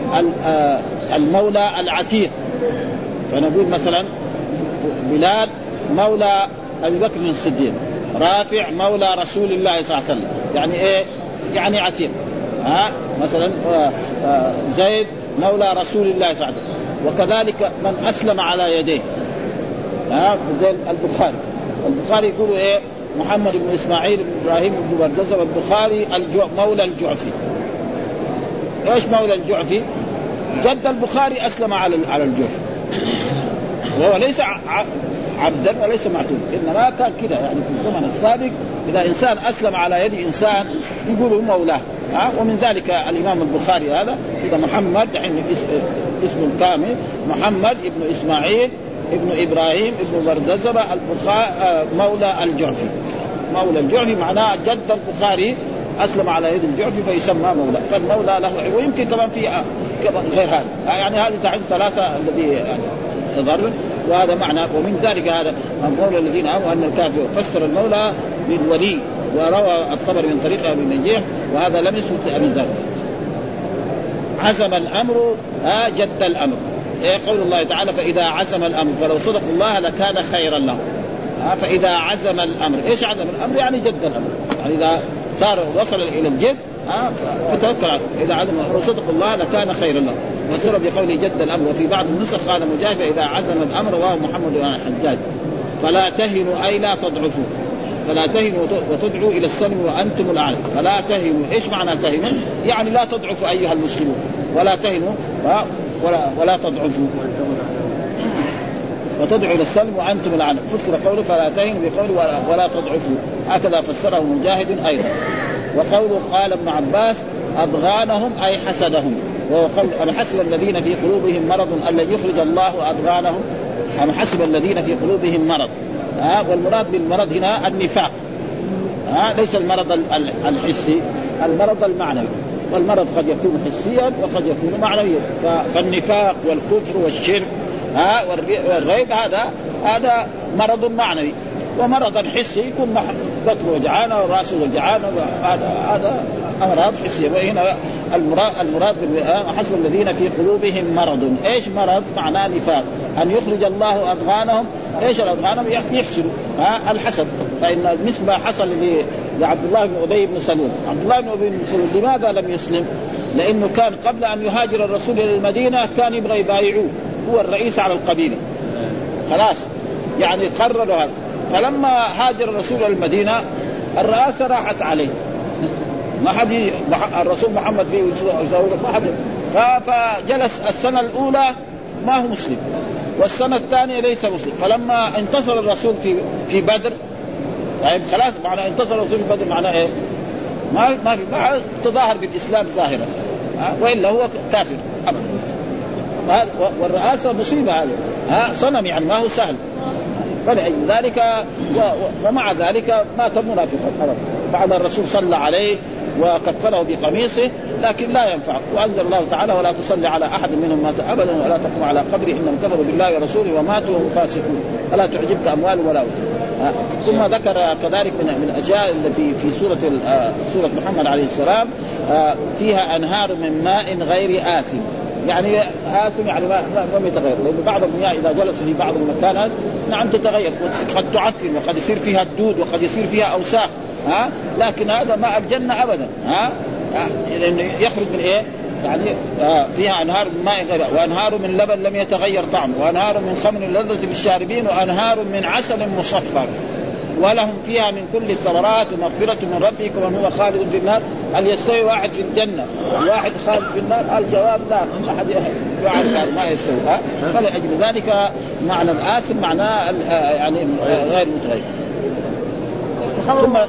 المولى العتيق. فنقول مثلا بلال مولى أبي بكر الصديق، رافع مولى رسول الله صلى الله عليه وسلم، يعني إيه؟ يعني عتيق. مثلا زيد مولى رسول الله صلى الله عليه وسلم. وكذلك من أسلم على يديه، زي البخاري يقولوا إيه؟ محمد بن إسماعيل بن إبراهيم بن بردزة البخاري مولى الجعفي. إيش مولى الجعفي؟ جد البخاري أسلم على الجعفي، وهو ليس عبدا وليس معتودا، إنما كان كده يعني في الزمن السابق إذا إنسان أسلم على يد إنسان يقولوا مولاه. ومن ذلك الإمام البخاري هذا إذا محمد اسمه الكامل محمد ابن إسماعيل ابن إبراهيم ابن بردزة مولى الجعفي. مولى الجعفي معناه جد البخاري أسلم على يد الجعفي فيسمى مولى. فالمولى له، ويمكن كمان في غير هذا، يعني هذه تعد ثلاثة الذي ضرب، وهذا معنى. ومن ذلك هذا مولى الذين آمنوا أن الكافر فسر المولى بالولي. وروى الطبري من طريق أبي نجيح وهذا لم يثبت أبي ذر. عزم الأمر جد الأمر، قول الله تعالى فإذا عزم الأمر فلو صدق الله لكان خيرا له. فإذا عزم الأمر، إيش عزم الأمر؟ يعني جد الأمر، يعني إذا صار وصل إلى الجد فتوكل عليه. إذا عزم لو صدق الله لكان خيرا له. وسر بقوله جد الأمر. وفي بعض النسخ قال مجاهد إذا عزم الأمر وهو محمد بن الحجاج فلا تهنوا أي لا تضعفوا، فلا تهنوا وتدعوا إلى السلم وأنتم الأعلى. فلا تهنوا، إيش معنى تهنوا؟ يعني لا تضعفوا أيها المسلمون، ولا تهنوا ولا تضعفوا وتدعوا إلى السلم وأنتم الأعلى. فسر قوله فلا تهنوا بقوله ولا تضعفوا، هكذا فسره مجاهد أيضا. وقوله قال ابن عباس أضغانهم أي حسدهم، وهو قول أم حسب الذين في قلوبهم مرض أن يخرج الله أضغانهم. أم حسب الذين في قلوبهم مرض، والمراد بالمرض هنا النفاق، ليس المرض الحسي، المرض المعنوي. والمرض قد يكون حسيا وقد يكون معنويا. فالنفاق والكفر والشرك والريب هذا مرض معنوي. ومرض حسي يكون بطن وجعانه وراسه وجعانه، هذا أمراض حسية. وهنا المراد حسب الذين في قلوبهم مرض. إيش مرض؟ معناه نفاق. أن يخرج الله أضغانهم. إيش الأضغانهم؟ يحسدوا الحسد. فإن مثل ما حصل لعبد الله بن أبي بن سلول. عبد الله بن أبي بن سلول لماذا لم يسلم؟ لأنه كان قبل أن يهاجر الرسول إلى المدينة كان يبغى يبايعوه، هو الرئيس على القبيلة، خلاص يعني قرروا هذا. فلما هاجر الرسول إلى المدينة الرئاسة راحت عليه، ما حد الرسول محمد فيه ما حد. فجلس السنة الأولى ما هو مسلم، والسنة الثانية ليس مسلم. فلما انتصر الرسول في بدر، طيب خلاص معنى انتصر الرسول في بدر معناه ايه؟ ما تظاهر بالإسلام ظاهرا، وإلا هو كافر أبدا. والرئاسة مصيبة هذه، صنم يعني ما هو سهل. فلذلك ومع ذلك مات منافقا. بعد الرسول صلى عليه وكفله بقميصه لكن لا ينفع. وأنزل الله تعالى ولا تصلي على أحد منهم مات أبدا ولا تقم على قبره إنهم كفروا بالله ورسوله وماتوا وهم فاسقون ولا تعجبك أموال ولا ثم ذكر كذلك من الأشياء التي في سورة محمد عليه السلام فيها أنهار من ماء غير آسن. يعني آسن يعني ما يتغير، لأن بعض المياه إذا جلس في بعض المكانات نعم تتغير وقد تعفن وقد يصير فيها الدود وقد يصير فيها أوساخ لكن هذا ماء الجنة أبدا لأنه يخرج من إيه يعني فيها أنهار من ماء غير وأنهار من لبن لم يتغير طعمه وأنهار من خمر لذة للشاربين وأنهار من عسل مصفى ولهم فيها من كل الثمرات مغفرة من ربكم ومن هو خالد في النار. هل يستوي واحد في الجنة وواحد خالد في النار؟ الجواب لا، أحد يعرف ما يستوي. فلأجل ذلك معنى الآثم معناه يعني غير متغير. الخمر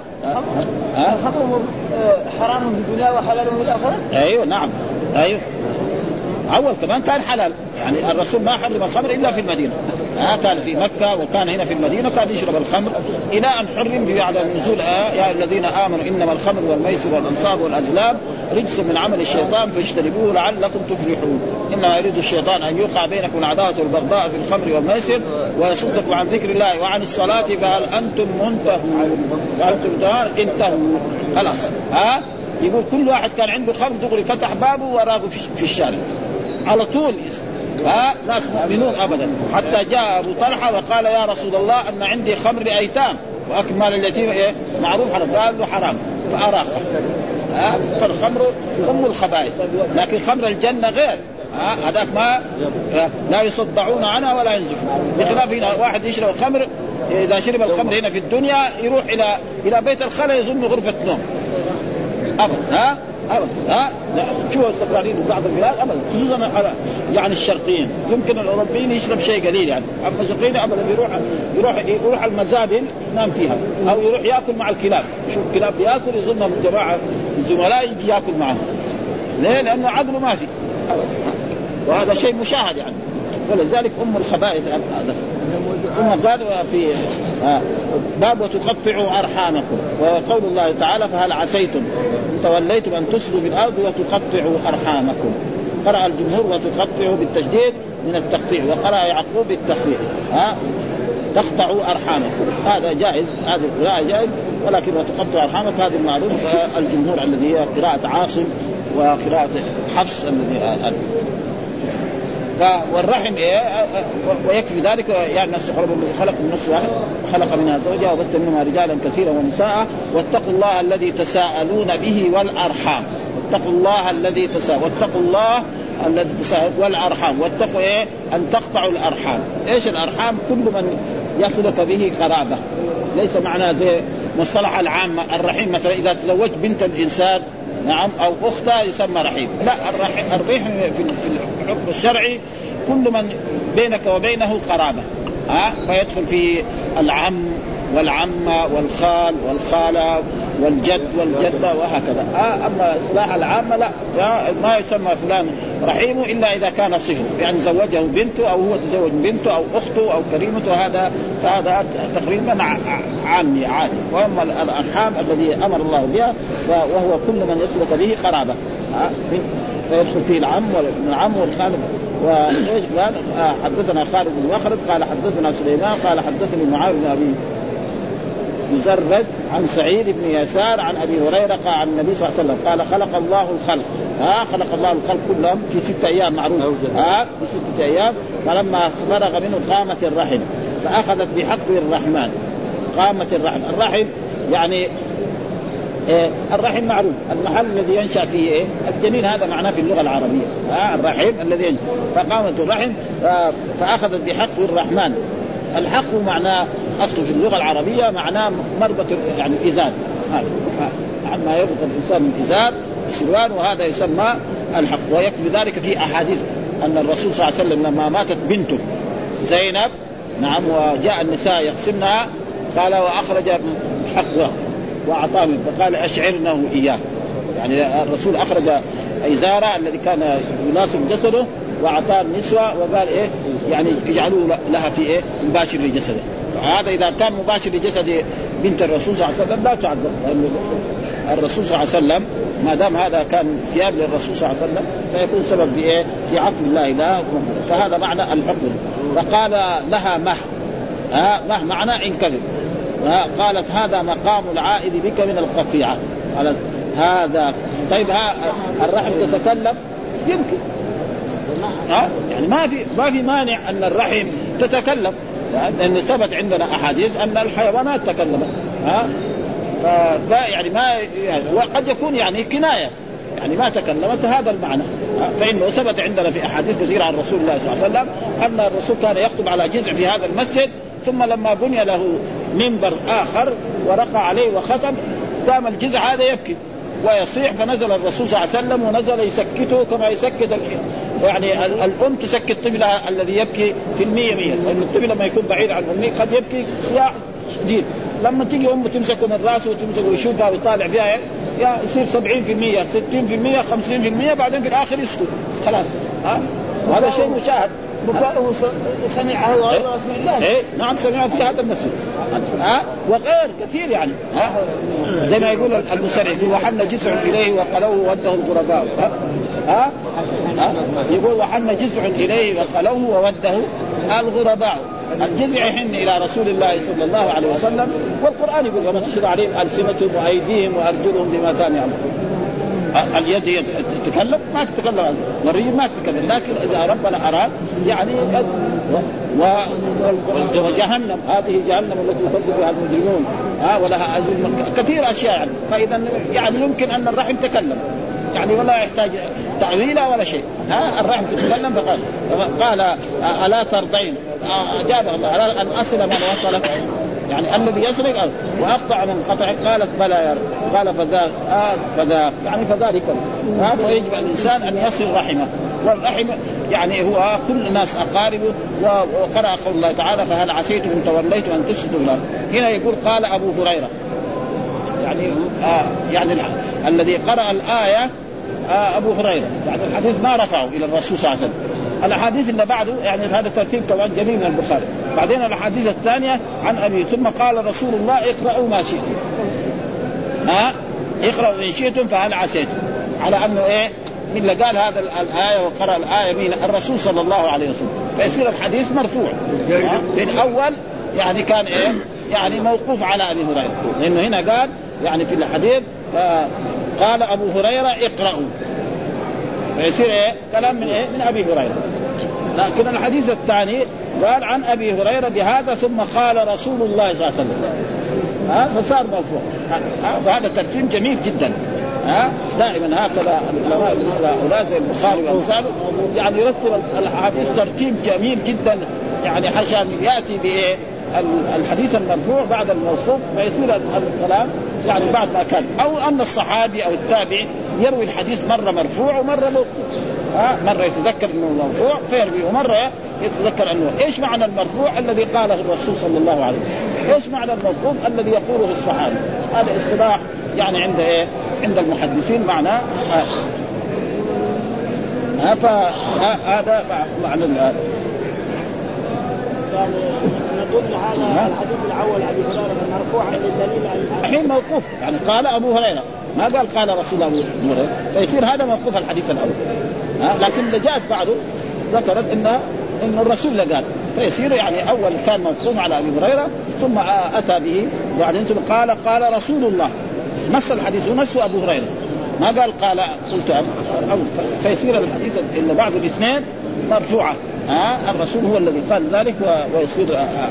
حرام في الدنيا وحلال في الآخرة. أيوة نعم أيوة. أول كمان كان حلال، يعني الرسول ما حرم الخمر إلا في المدينة. كان في مكة وكان هنا في المدينة كان يشرب الخمر إلى أن حرم في بعد النزول يا الذين آمنوا إنما الخمر والميسر والأنصاب والأزلام رجس من عمل الشيطان فاجتنبوه لعلكم تفلحون. إنما يريد الشيطان أن يوقع بينكم العداوة والبغضاء في الخمر والميسر ويصدكم عن ذكر الله وعن الصلاة فهل أنتم منتهون؟ انتهوا خلاص. يقول كل واحد كان عنده خمر دغري فتح بابه وراه في الشارع على طول ناس مؤمنون أبدا. حتى جاء أبو طلحة وقال يا رسول الله أن عندي خمر أيتام وأكل مال اليتيم معروف حرام، قال له حرام فأراقه. فالخمر أم الخبائث، لكن خمر الجنة غير هذاك ما لا يصدعون عنها ولا ينزفون. بخلاف هنا واحد يشرب الخمر إذا شرب الخمر هنا في الدنيا يروح إلى بيت الخلا يظن غرفة نوم أبدا. شو السكرانين في بعض البلاد أبدا، خصوصا يعني الشرقيين. يمكن الأوروبيين يشرب شيء قليل يعني، أما الشرقيين أبدا يروح المزابل ينام فيها أو يروح يأكل مع الكلاب. شوف الكلاب يأكل يظن من جماعة الزملاء يجي يأكل معهم. ليه؟ لأنه عقله ما في، وهذا شيء مشاهد يعني. ولذلك أم الخبائث هذا. ثم قال في باب وتقطعوا أرحامكم، وقول الله تعالى فهل عسيتم توليتم أن تفسدوا بالأرض وتقطعوا أرحامكم. قرأ الجمهور وتقطعوا بالتشديد من التقطيع، وقرأ يعقوب بالتخفيف تقطعوا أرحامكم. هذا جائز، هذه القراءة جائز، ولكن وتقطعوا أرحامكم هذا المعروف الجمهور الذي هي قراءة عاصم وقراءة حفص الذي والرحم ويكفي ذلك يعني الناس خلق من نفس واحد خلق منها زوجها وبث منهما رجالا كثيرا ونساء واتقوا الله الذي تساءلون به والأرحام. واتقوا الله الذي واتقوا الله الذي تساءلون والأرحام. واتقوا أن تقطعوا الأرحام. إيش الأرحام؟ كل من يصلك به قرابة. ليس معنى زي مصطلح العام الرحيم مثلا إذا تزوجت بنت الإنسان نعم أو أختها يسمى رحيم. لا، الرحم في الحكم الشرعي كل من بينك وبينه قرابة فيدخل في العم والعمة والخال والخالة والجد والجدة وهكذا. أما إصلاح العامة لا، ما يسمى فلان رحيمه إلا إذا كان صهر، يعني زوجه بنته أو هو تزوج بنته أو أخته أو كريمته، فهذا تقريبا عامي عادي. وأما الأرحام الذي أمر الله بها وهو كل من يسلك به قرابة فيدخل فيه العم والخال. وإيش قال؟ حدثنا خالد بن مخلد قال حدثنا سليمان قال حدثني معاذ بن أبي مزرد عن سعيد بن يسار عن أبي هريرة قال عن النبي صلى الله عليه وسلم قال خلق الله الخلق خلق الله الخلق كلهم في 6 أيام معروف في 6 أيام. فلما فرغ منه قامت الرحم فأخذت بحقه الرحمن. قامت الرحم يعني الرحم معروف المحل الذي ينشأ فيه الجنين، هذا معناه في اللغة العربية الرحم الذي ينشأ. فقامت الرحم فأخذت بحقه الرحمن. الحق معناه أصله في اللغة العربية معناه مربط يعني إزار، عما يربط الإنسان من إزار سروال، وهذا يسمى الحق. ويكفي ذلك في أحاديث أن الرسول صلى الله عليه وسلم لما ماتت بنته زينب نعم وجاء النساء يقسمنها قال وأخرج حقها وأعطاهم فقال أشعرنه إياه. يعني الرسول أخرج إزارة الذي كان يناسب جسده وأعطاه النسوة وقال يعني يجعلوا لها في مباشر لجسده. هذا إذا كان مباشر لجسد بنت الرسول صلى الله عليه وسلم لا تعذب، الرسول صلى الله عليه وسلم، ما دام هذا كان ثياب للرسول صلى الله عليه وسلم فيكون سبب بإيه؟ في عفو الله له. فهذا معنى الحكم. فقال لها مه معنى إن كذب. قالت هذا مقام العائد بك من القطيعة. قالت هذا طيب الرحم تتكلم يمكن يعني ما في مانع أن الرحم تتكلم، لأن ثبت عندنا أحاديث أن الحيوانات تكلمت. يعني ما وقد يكون يعني كناية يعني ما تكلمت هذا المعنى. فإنه ثبت عندنا في أحاديث كثيرة عن رسول الله صلى الله عليه وسلم أن الرسول كان يخطب على جذع في هذا المسجد، ثم لما بني له منبر آخر ورقى عليه وختم قام الجذع هذا يبكي ويصيح، فنزل الرسول صلى الله عليه وسلم ونزل يسكته كما يسكت يعني الأم تسكت طفلها الذي يبكي في 100، لأن الطفل لما يكون بعيد عن أمه قد يبكي صياح شديد، لما تيجي أمه تمسكه من رأسه وتمسكه ويشوفها ويطالع فيها يصير 70%، 60%، 50%، بعدين في الآخر يسكت خلاص. وهذا شيء مشاهد. بكاؤه سمعه غير رسول الله. نعم سمعه في هذا المسجد. وغير كثير يعني. زي ما يقول المسرع يقول وحن جزع إليه وقلوه وده الغرباء. يقول وحن جزع إليه وقلوه ووده الغرباء. الجزع يحن إلى رسول الله صلى الله عليه وسلم، والقرآن يقول وما تشهد عليهم ألسنتهم وأيديهم وأرجلهم بما كانوا يعملون. اليد تتكلم ما تتكلم، والرجل ما تتكلم، لكن إذا ربنا أراد يعني وجهنم هذه جهنم التي يكذب بها المجرمون ولها كثير أشياء يعني. فإذا يعني يمكن أن الرحم تكلم يعني ولا يحتاج تعويله ولا شيء. الرحم تتكلم. قال ألا ترضين أجاب الله أن أصل من وصلك يعني الذي يسرق وأقطع من قطع. قالت بلى يا رب. قال فذاك يعني فذلك. فيجب الإنسان أن يصل رحمه، والرحم يعني هو كل الناس أقاربه. وقرأ قول الله تعالى فهل عسيتم إن توليتم أن تفسدوا له. هنا يقول قال أبو هريرة يعني الذي قرأ الآية أبو هريرة، يعني الحديث ما رفعه إلى الرسول صلى الله عليه وسلم. الأحاديث اللي بعده يعني هذا ترتيب كمان جميل من البخاري. بعدين الأحاديث الثانية عن أبي ثم قال رسول الله اقرأوا ما شئتم. اقرأوا إن شئتم فهل عسيتم، على أنه من اللي قال هذا الآية وقرأ الآية من الرسول صلى الله عليه وسلم، فيصير الحديث مرفوع. في الأول يعني كان يعني موقوف على أبي هريرة، لأنه هنا قال يعني في الحديث قال أبو هريرة اقرأوا، فيصير كلام من أبي هريرة. لكن الحديث الثاني قال عن أبي هريرة بهذا ثم قال رسول الله صلى الله عليه وسلم، فصار مرفوع. وهذا ترتيب جميل جدا. دائما هكذا العلماء هؤلاء زي البخاري وأمثاله يعني يرتب الحديث ترتيب جميل جدا، يعني عشان يأتي الحديث المرفوع بعد الموقوف، فيصير الكلام يعني بعد ما كان، أو أن الصحابي أو التابعي يروي الحديث مرة مرفوع ومرة موقوف. مرة يتذكر أنه مرفوع فيروي، ومرة يتذكر أنه إيش معنى المرفوع الذي قاله الرسول صلى الله عليه وسلم، إيش معنى الموقوف الذي يقوله الصحابي. هذا اصطلاح يعني عند المحدثين معناه. فهذا معنى يعني نقول هذا الحديث الأول أبي هريرة المرفوع عن الدليل على الحين موقوف، يعني قال أبو هريرة ما قال رسول الله أبو هريرة، فيصير هذا موقوف الحديث الأول. لكن اللي جاءت بعده ذكرت إن الرسول قال، فيصير يعني أول كان موقوف على أبي هريرة ثم أتى به وبعدين ثم قال رسول الله، نص الحديث ونص أبو هريرة، ما قال قلت فيصير الحديث اللي بعد الاثنين مرفوعة. الرسول هو الذي قال ذلك ويصير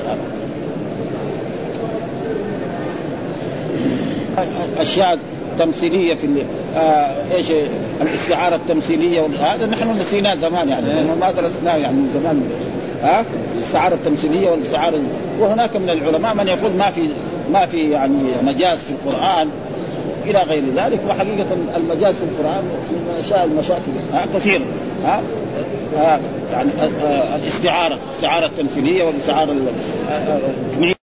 أشياء تمثيلية في إيش الاستعارة التمثيلية، هذا نحن نسيناه زمان يعني ما درسناه يعني من زمان. الاستعارة التمثيلية والاستعارة، وهناك من العلماء من يقول ما في يعني مجاز في القرآن إلى غير ذلك. وحقيقة المجاز في القرآن من أشياء المشاكل كثير. يعني الاستعارة التمثيلية والاستعارة